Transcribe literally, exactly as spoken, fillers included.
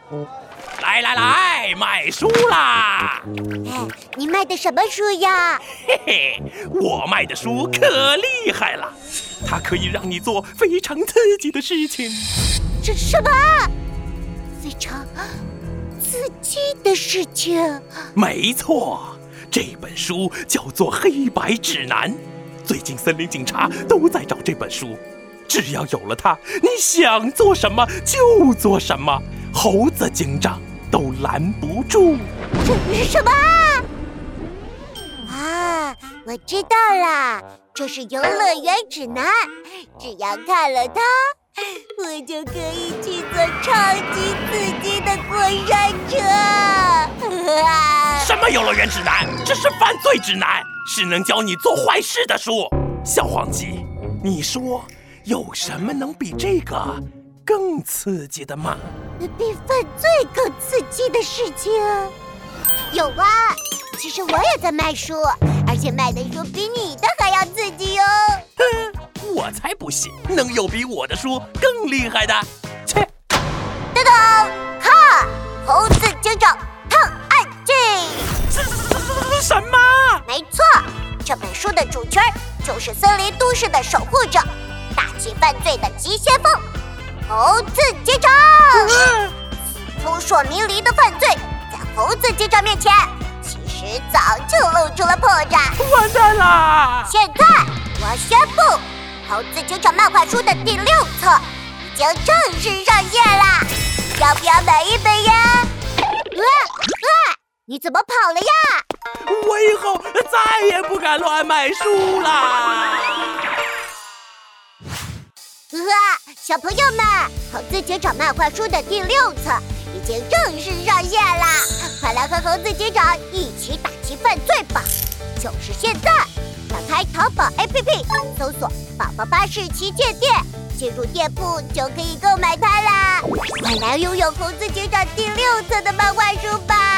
来来来，买书啦！ 哎，你卖的什么书呀？ 嘿嘿，我卖的书可厉害了，它可以让你做非常刺激的事情。 这什么？非常刺激的事情？ 没错，这本书叫做《黑白指南》，最近森林警察都在找这本书。只要有了它，你想做什么就做什么，猴子警长都拦不住。 这是什么？啊，我知道了，这是游乐园指南。只要看了它，我就可以去坐超级刺激的过山车。 什么游乐园指南？这是犯罪指南，是能教你做坏事的书。小黄鸡，你说有什么能比这个更刺激的吗？ 比犯罪更刺激的事情？有啊，其实我也在卖书，而且卖的书比你的还要刺激哦。 哼，我才不信能有比我的书更厉害的。切！ 噔噔，看，猴子警长探案记。 什么？ 没错，这本书的主角就是森林都市的守护者，打击犯罪的急先锋猴子警长。扑朔迷离的犯罪，在猴子警长面前，其实早就露出了破绽。 完蛋啦！ 现在我宣布，猴子警长漫画书的第六册已经正式上线啦！要不要买一本呀？啊啊！你怎么跑了呀？ 我以后再也不敢乱买书啦！ 啊，小朋友们，猴子警长漫画书的第六册已经正式上线啦！快来和猴子警长一起打击犯罪吧！就是现在，打开淘宝 A P P， 搜索“宝宝巴士旗舰店”，进入店铺就可以购买它啦！快来拥有猴子警长第六册的漫画书吧！